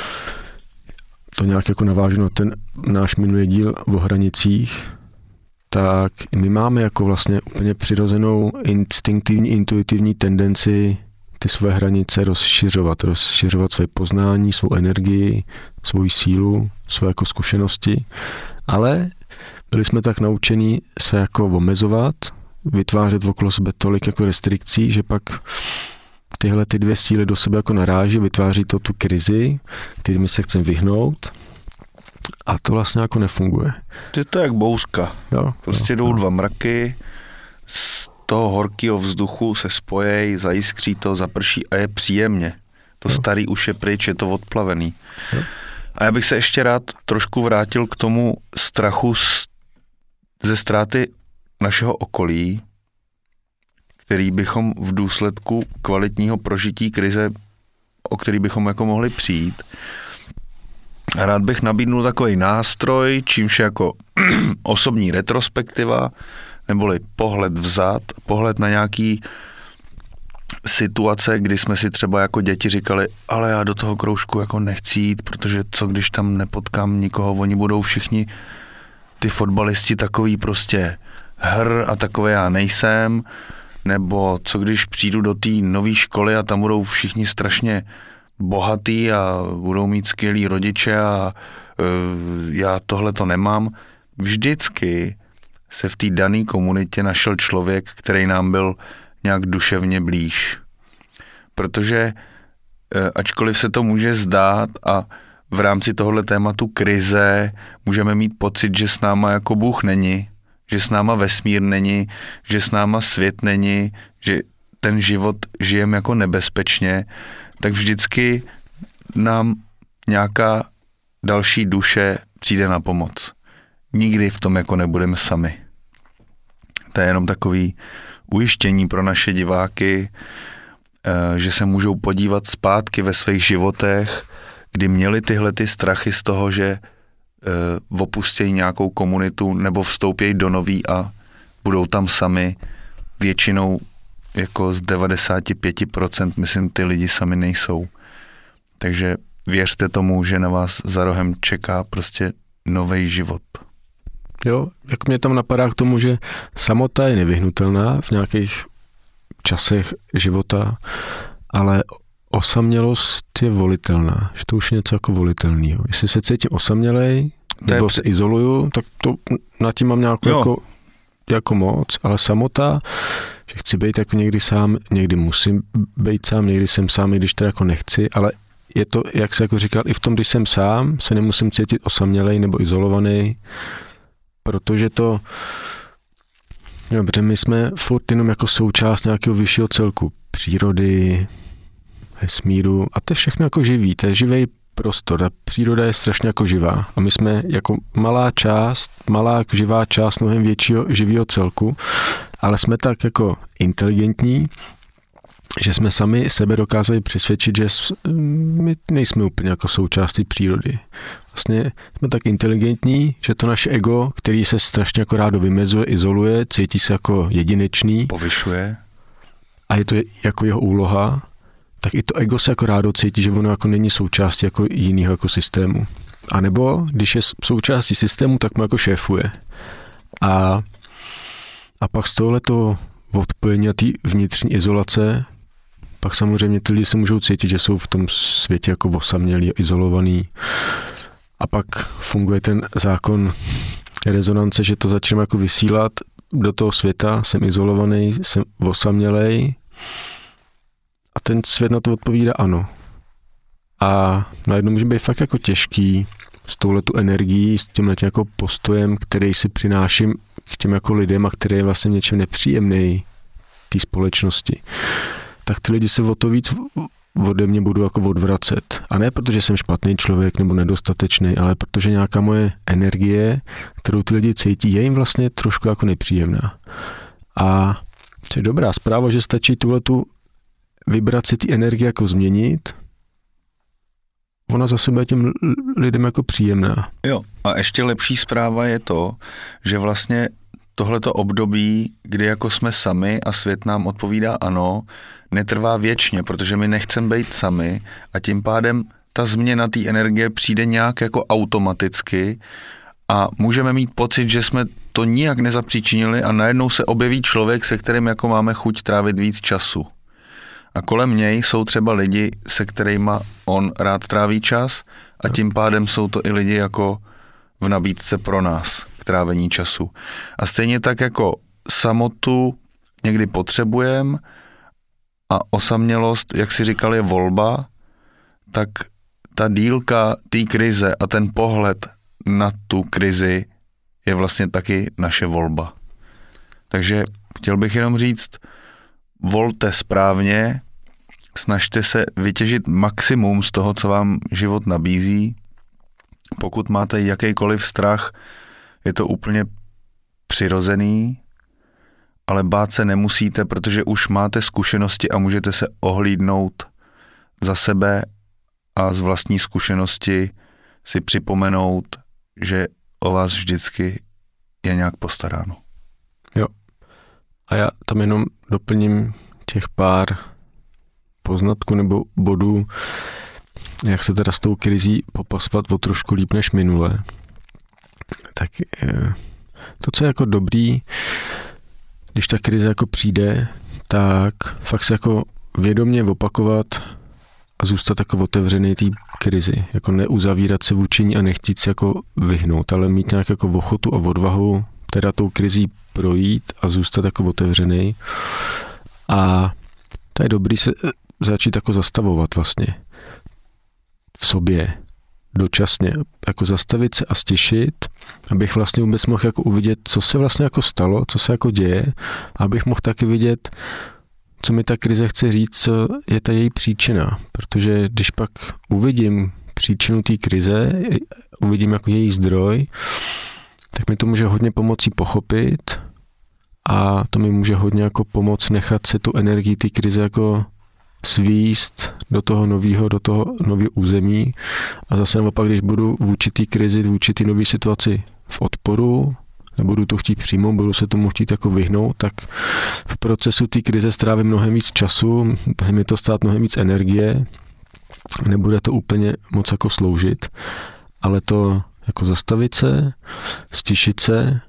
to nějak jako navážu na ten náš minulý díl o hranicích, tak my máme jako vlastně úplně přirozenou instinktivní, intuitivní tendenci ty své hranice rozšiřovat, rozšiřovat své poznání, svou energii, svou sílu, své jako zkušenosti, ale byli jsme tak naučení se jako omezovat, vytvářet okolo sebe tolik jako restrikcí, že pak tyhle ty dvě síly do sebe jako naráží, vytváří to tu krizi, kterými se chceme vyhnout a to vlastně jako nefunguje. Je to jak bouřka. Jo, prostě jo, jdou jo. dva mraky, z toho horkého vzduchu se spojejí, zajiskří to, zaprší a je příjemně. To jo. Starý už je pryč, je to odplavený. Jo. A já bych se ještě rád trošku vrátil k tomu strachu z, ze ztráty našeho okolí, který bychom v důsledku kvalitního prožití krize, o který bychom jako mohli přijít. A rád bych nabídnul takový nástroj, čímž je jako osobní retrospektiva, neboli pohled vzad, pohled na nějaký situace, kdy jsme si třeba jako děti říkali, ale já do toho kroužku jako nechci jít, protože co když tam nepotkám nikoho, oni budou všichni ty fotbalisti takový prostě hr a takové já nejsem, nebo co když přijdu do té nové školy a tam budou všichni strašně bohatý a budou mít skvělý rodiče a uh, já tohle to nemám. Vždycky se v té dané komunitě našel člověk, který nám byl nějak duševně blíž. Protože uh, ačkoliv se to může zdát a v rámci tohohle tématu krize můžeme mít pocit, že s náma jako Bůh není, že s náma vesmír není, že s náma svět není, že ten život žijeme jako nebezpečně, tak vždycky nám nějaká další duše přijde na pomoc. Nikdy v tom jako nebudeme sami. To je jenom takový ujištění pro naše diváky, že se můžou podívat zpátky ve svých životech, kdy měli tyhle ty strachy z toho, že opustějí nějakou komunitu nebo vstoupějí do nový a budou tam sami. Většinou jako z devadesát pět procent myslím ty lidi sami nejsou. Takže věřte tomu, že na vás za rohem čeká prostě nový život. Jo, jak mě tam napadá k tomu, že samota je nevyhnutelná v nějakých časech života, ale osamělost je volitelná, že to už je něco jako volitelného. Jestli se cítím osamělej, nebo se izoluju, tak to nad tím mám nějakou jako, jako moc, ale samota, že chci být jako někdy sám, někdy musím být sám, někdy jsem sám, i když to jako nechci, ale je to, jak se jako říkal, i v tom, když jsem sám, se nemusím cítit osamělej nebo izolovaný, protože to, dobře, my jsme furt jenom jako součást nějakého vyššího celku, přírody, vesmíru a to je všechno jako živý, to je živý prostor, ta příroda je strašně jako živá a my jsme jako malá část, malá živá část mnohem většího živého celku, ale jsme tak jako inteligentní, že jsme sami sebe dokázali přesvědčit, že my nejsme úplně jako součástí přírody. Vlastně jsme tak inteligentní, že to naše ego, který se strašně jako rádo vymezuje, izoluje, cítí se jako jedinečný. Povyšuje. A je to jako jeho úloha, tak i to ego se jako rádo cítí, že ono jako není součástí jako jiného jako systému. A nebo když je součástí systému, tak mu jako šéfuje. A, a pak z tohoto odpojení a té vnitřní izolace, pak samozřejmě ty lidi se můžou cítit, že jsou v tom světě jako osamělí a izolovaný. A pak funguje ten zákon rezonance, že to začneme jako vysílat do toho světa, jsem izolovaný, jsem osamělej a ten svět na to odpovídá ano. A najednou může být fakt jako těžký s touhletu energií, s tímhletím jako postojem, který si přináším k těm jako lidem a který je vlastně něčem nepříjemný té společnosti. Tak ty lidi se o to víc ode mě budou jako odvracet. A ne protože jsem špatný člověk nebo nedostatečný, ale protože nějaká moje energie, kterou ty lidi cítí, je jim vlastně trošku jako nepříjemná. A to je dobrá zpráva, že stačí tuhletu vibraci té energie jako změnit. Ona zase bude těm lidem jako příjemná. Jo, a ještě lepší zpráva je to, že vlastně tohleto období, kdy jako jsme sami a svět nám odpovídá ano, netrvá věčně, protože my nechceme být sami a tím pádem ta změna té energie přijde nějak jako automaticky a můžeme mít pocit, že jsme to nijak nezapříčinili a najednou se objeví člověk, se kterým jako máme chuť trávit víc času. A kolem něj jsou třeba lidi, se kterými on rád tráví čas a tím pádem jsou to i lidi jako v nabídce pro nás k trávení času. A stejně tak jako samotu někdy potřebujeme a osamělost, jak si říkal, je volba, tak ta dílka té krize a ten pohled na tu krizi je vlastně taky naše volba. Takže chtěl bych jenom říct, volte správně, snažte se vytěžit maximum z toho, co vám život nabízí. Pokud máte jakýkoliv strach, je to úplně přirozený, ale bát se nemusíte, protože už máte zkušenosti a můžete se ohlídnout za sebe a z vlastní zkušenosti si připomenout, že o vás vždycky je nějak postaráno. Jo. A já tam jenom doplním těch pár poznatků nebo bodů, jak se teda s tou krizí popasovat o trošku líp než minule. Tak to, co je jako dobrý, když ta krize jako přijde, tak fakt se jako vědomě opakovat a zůstat jako otevřený té krizi. Jako neuzavírat se vůči ní a nechtít se jako vyhnout, ale mít nějak jako ochotu a odvahu teda tou krizí projít a zůstat jako otevřený. A to je dobrý se začít jako zastavovat vlastně v sobě dočasně, jako zastavit se a stišit, abych vlastně vůbec mohl jako uvidět, co se vlastně jako stalo, co se jako děje, a abych mohl taky vidět, co mi ta krize chce říct, co je ta její příčina, protože když pak uvidím příčinu té krize, uvidím jako její zdroj, tak mi to může hodně pomoci pochopit a to mi může hodně jako pomoct nechat se tu energii té krize jako svíst do toho nového, do toho nového území a zase naopak, když budu vůči té krizi, vůči té nové situaci v odporu, nebudu to chtít přijmout, budu se tomu chtít jako vyhnout, tak v procesu té krize strávím mnohem víc času, bude mi to stát mnohem víc energie, nebude to úplně moc jako sloužit, ale to jako zastavit se, stišit se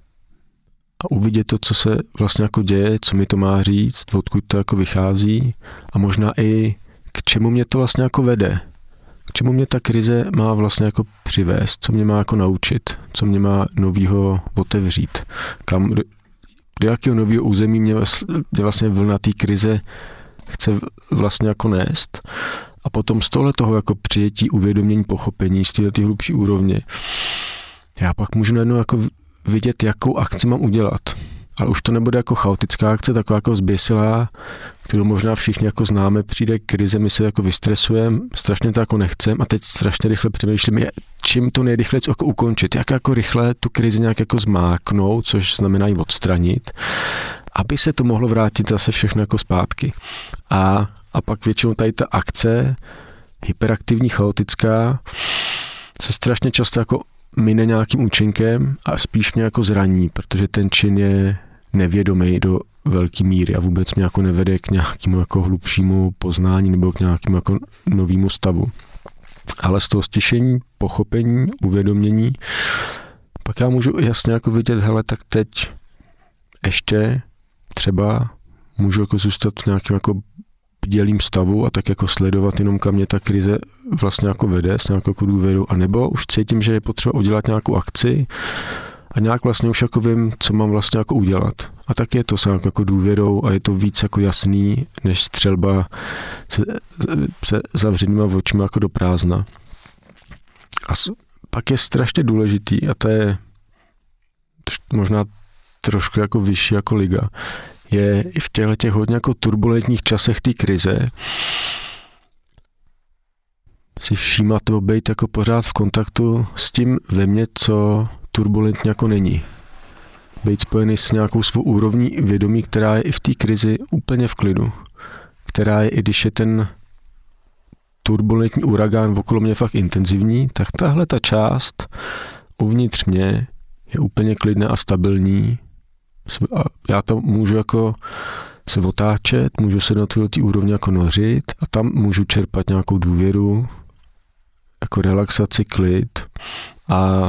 a uvidět to, co se vlastně jako děje, co mi to má říct, odkud to jako vychází a možná i k čemu mě to vlastně jako vede. K čemu mě ta krize má vlastně jako přivést, co mě má jako naučit, co mě má novýho otevřít, kam, do, do jakého nového území mě vlastně vlna té krize chce vlastně jako nést. A potom z tohle toho jako přijetí, uvědomění, pochopení z této hlubší úrovně, já pak můžu najednou jako vidět, jakou akci mám udělat. Ale už to nebude jako chaotická akce, taková jako zběsilá, kterou možná všichni jako známe, přijde krize, my se jako vystresujeme, strašně to jako nechcem a teď strašně rychle přemýšlíme, čím to nejrychleji jako ukončit, jak jako rychle tu krizi nějak jako zmáknout, což znamená ji odstranit. aby se to mohlo vrátit zase všechno jako zpátky. A, a pak většinou tady ta akce, hyperaktivní, chaotická, se strašně často jako mine nějakým účinkem a spíš mě jako zraní, protože ten čin je nevědomý do velké míry a vůbec mě jako nevede k nějakému jako hlubšímu poznání nebo k nějakému jako novému stavu. Ale z toho stišení, pochopení, uvědomění, pak já můžu jasně jako vidět, hele, tak teď ještě třeba můžu jako zůstat v nějakém jako bdělým stavu a tak jako sledovat jenom, kam mě ta krize vlastně jako vede s nějakou jako důvěrou, anebo už cítím, že je potřeba udělat nějakou akci a nějak vlastně už jako vím, co mám vlastně jako udělat. A tak je to s nějakou jako důvěrou a je to víc jako jasný, než střelba se, se zavřenýma očima jako do prázdna. A pak je strašně důležitý a to je možná trošku jako vyšší jako liga, je i v těchto těch hodně jako turbulentních časech té krize si všímat nebo být jako pořád v kontaktu s tím ve mně, co turbulentně jako není. Být spojený s nějakou svou úrovní vědomí, která je i v té krizi úplně v klidu. Která je, i když je ten turbulentní uragán okolo mě fakt intenzivní, tak tahle ta část uvnitř mě je úplně klidná a stabilní. A já to můžu jako se otáčet, můžu se na tyhle úrovni jako nořit a tam můžu čerpat nějakou důvěru, jako relaxaci, klid a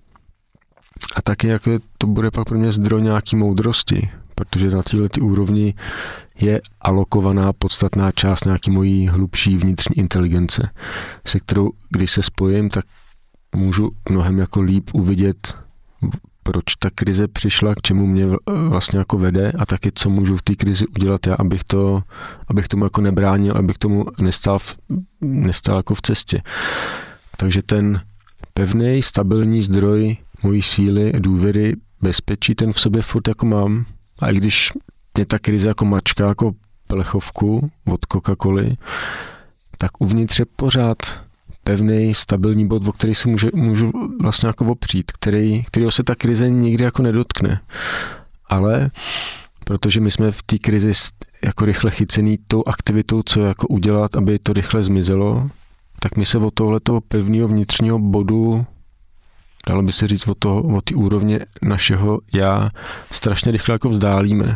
a taky jako to bude pak pro mě zdroj nějaký moudrosti, protože na této úrovni je alokovaná podstatná část nějaký mojí hlubší vnitřní inteligence, se kterou, když se spojím, tak můžu mnohem jako líp uvidět, proč ta krize přišla, k čemu mě vlastně jako vede a taky, co můžu v té krizi udělat já, abych to, abych tomu jako nebránil, abych tomu nestál, v, nestál jako v cestě. Takže ten pevný, stabilní zdroj mojí síly, důvěry, bezpečí, ten v sobě furt jako mám. A i když mě ta krize jako mačka, jako plechovku od Coca-Coly, tak uvnitř je pořád pevný, stabilní bod, o který se může, můžu vlastně jako opřít, který, kterýho se ta krize nikdy jako nedotkne. Ale protože my jsme v té krizi jako rychle chycený tou aktivitou, co jako udělat, aby to rychle zmizelo, tak my se od tohletoho pevného vnitřního bodu, dalo by se říct od toho, od té úrovně našeho já, strašně rychle jako vzdálíme.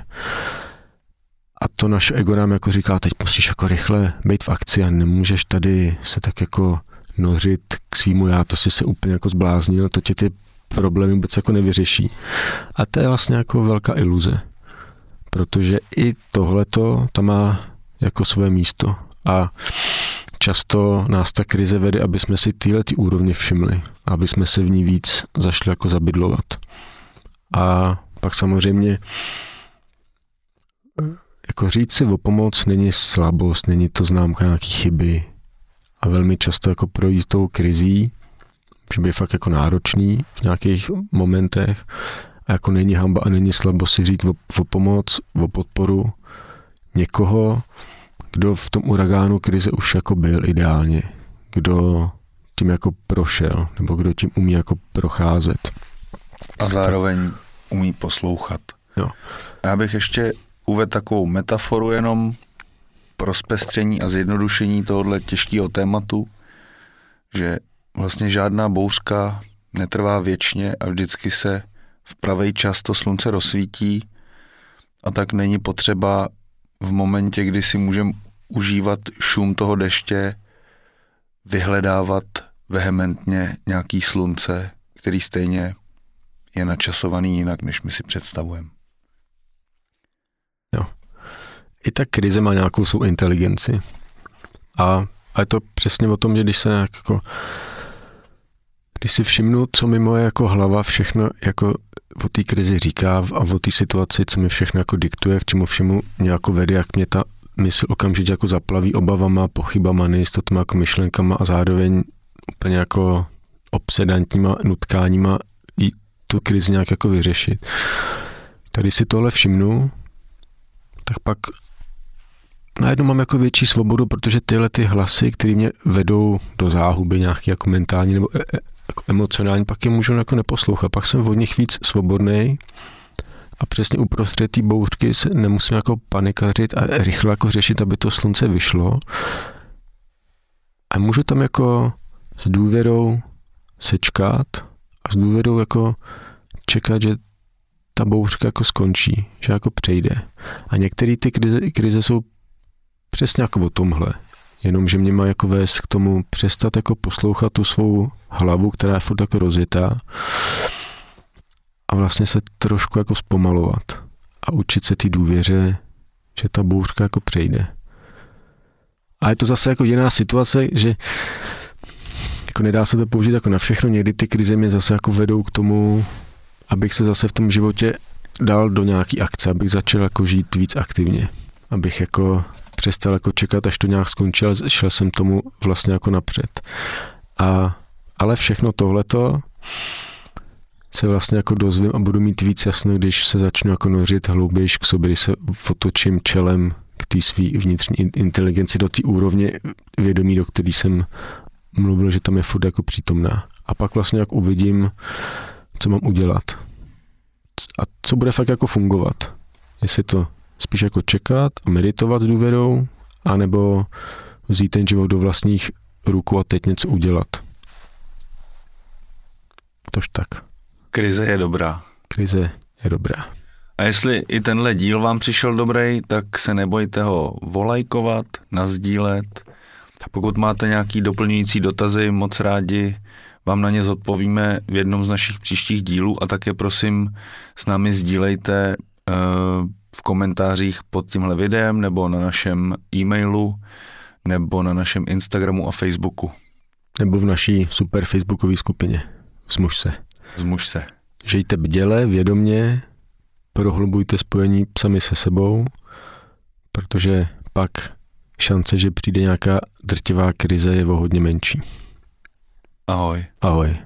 A to naše ego nám jako říká, teď musíš jako rychle být v akci a nemůžeš tady se tak jako nořit k svýmu já, to si se úplně jako zbláznil, to tě ty problémy vůbec jako nevyřeší. A to je vlastně jako velká iluze, protože i tohleto tam má jako své místo a často nás ta krize vede, aby jsme si tyhle ty úrovně všimli, aby jsme se v ní víc zašli jako zabydlovat. A pak samozřejmě jako říct si o pomoc není slabost, není to známka nějaký chyby a velmi často jako projít tou krizí, že by je fakt jako náročný v nějakých momentech a jako není hanba a není slabost si říct o, o pomoc, o podporu někoho, kdo v tom uragánu krize už jako byl ideálně, kdo tím jako prošel, nebo kdo tím umí jako procházet. A zároveň umí poslouchat. Jo. Já bych ještě uvedl takovou metaforu jenom pro zpestření a zjednodušení tohohle těžkého tématu, že vlastně žádná bouřka netrvá věčně a vždycky se v pravý čas to slunce rozsvítí a tak není potřeba v momentě, kdy si můžeme užívat šum toho deště, vyhledávat vehementně nějaký slunce, který stejně je načasovaný jinak, než my si představujeme. Jo. I ta krize má nějakou svou inteligenci. A, a je to přesně o tom, že když se jako když si všimnu, co mi moje jako hlava všechno jako o té krizi říká a o té situaci, co mi všechno jako diktuje, k čemu všemu mě jako vede, jak mě ta mysl okamžitě jako zaplaví obavama, pochybama, nejistotama, jako myšlenkama a zároveň úplně jako obsedantníma nutkáníma i tu krizi nějak jako vyřešit. Tak když si tohle všimnu, tak pak najednou mám jako větší svobodu, protože tyhle ty hlasy, které mě vedou do záhuby nějaký jako mentální nebo e- e- jako emocionální, pak je můžu jako neposlouchat. Pak jsem od nich víc svobodnej, A přesně uprostřed té bouřky se nemusím jako panikařit a rychle jako řešit, aby to slunce vyšlo. A můžu tam jako s důvěrou sečkat a s důvěrou jako čekat, že ta bouřka jako skončí, že jako přejde. A některé ty krize, krize jsou přesně jako o tomhle. Jenomže mě má jako vést k tomu přestat jako poslouchat tu svou hlavu, která je furt jako rozjetá a vlastně se trošku jako zpomalovat a učit se ty důvěře, že ta bouřka jako přejde. A je to zase jako jiná situace, že jako nedá se to použít jako na všechno, někdy ty krize mě zase jako vedou k tomu, abych se zase v tom životě dal do nějaký akce, abych začal jako žít víc aktivně, abych jako přestal jako čekat, až to nějak skončil, šel jsem tomu vlastně jako napřed. A, ale všechno tohleto se vlastně jako dozvím a budu mít víc jasno, když se začnu jako nořit hloubějš k sobě, když se otočím čelem k té svý vnitřní inteligenci do té úrovně vědomí, do který jsem mluvil, že tam je furt jako přítomná. A pak vlastně jak uvidím, co mám udělat. A co bude fakt jako fungovat. Jestli to spíš jako čekat a meditovat s důvěrou, anebo vzít ten život do vlastních rukou a teď něco udělat. Tož tak. Krize je dobrá. Krize je dobrá. A jestli i tenhle díl vám přišel dobrý, tak se nebojte ho volajkovat, nasdílet. Pokud máte nějaký doplňující dotazy, moc rádi vám na ně zodpovíme v jednom z našich příštích dílů a také prosím s námi sdílejte uh, v komentářích pod tímhle videem nebo na našem e-mailu nebo na našem Instagramu a Facebooku. Nebo v naší super facebookové skupině. Zmuž se. Zmuž se. Žijte bděle, vědomně, prohlubujte spojení sami se sebou, protože pak šance, že přijde nějaká drtivá krize, je o hodně menší. Ahoj. Ahoj.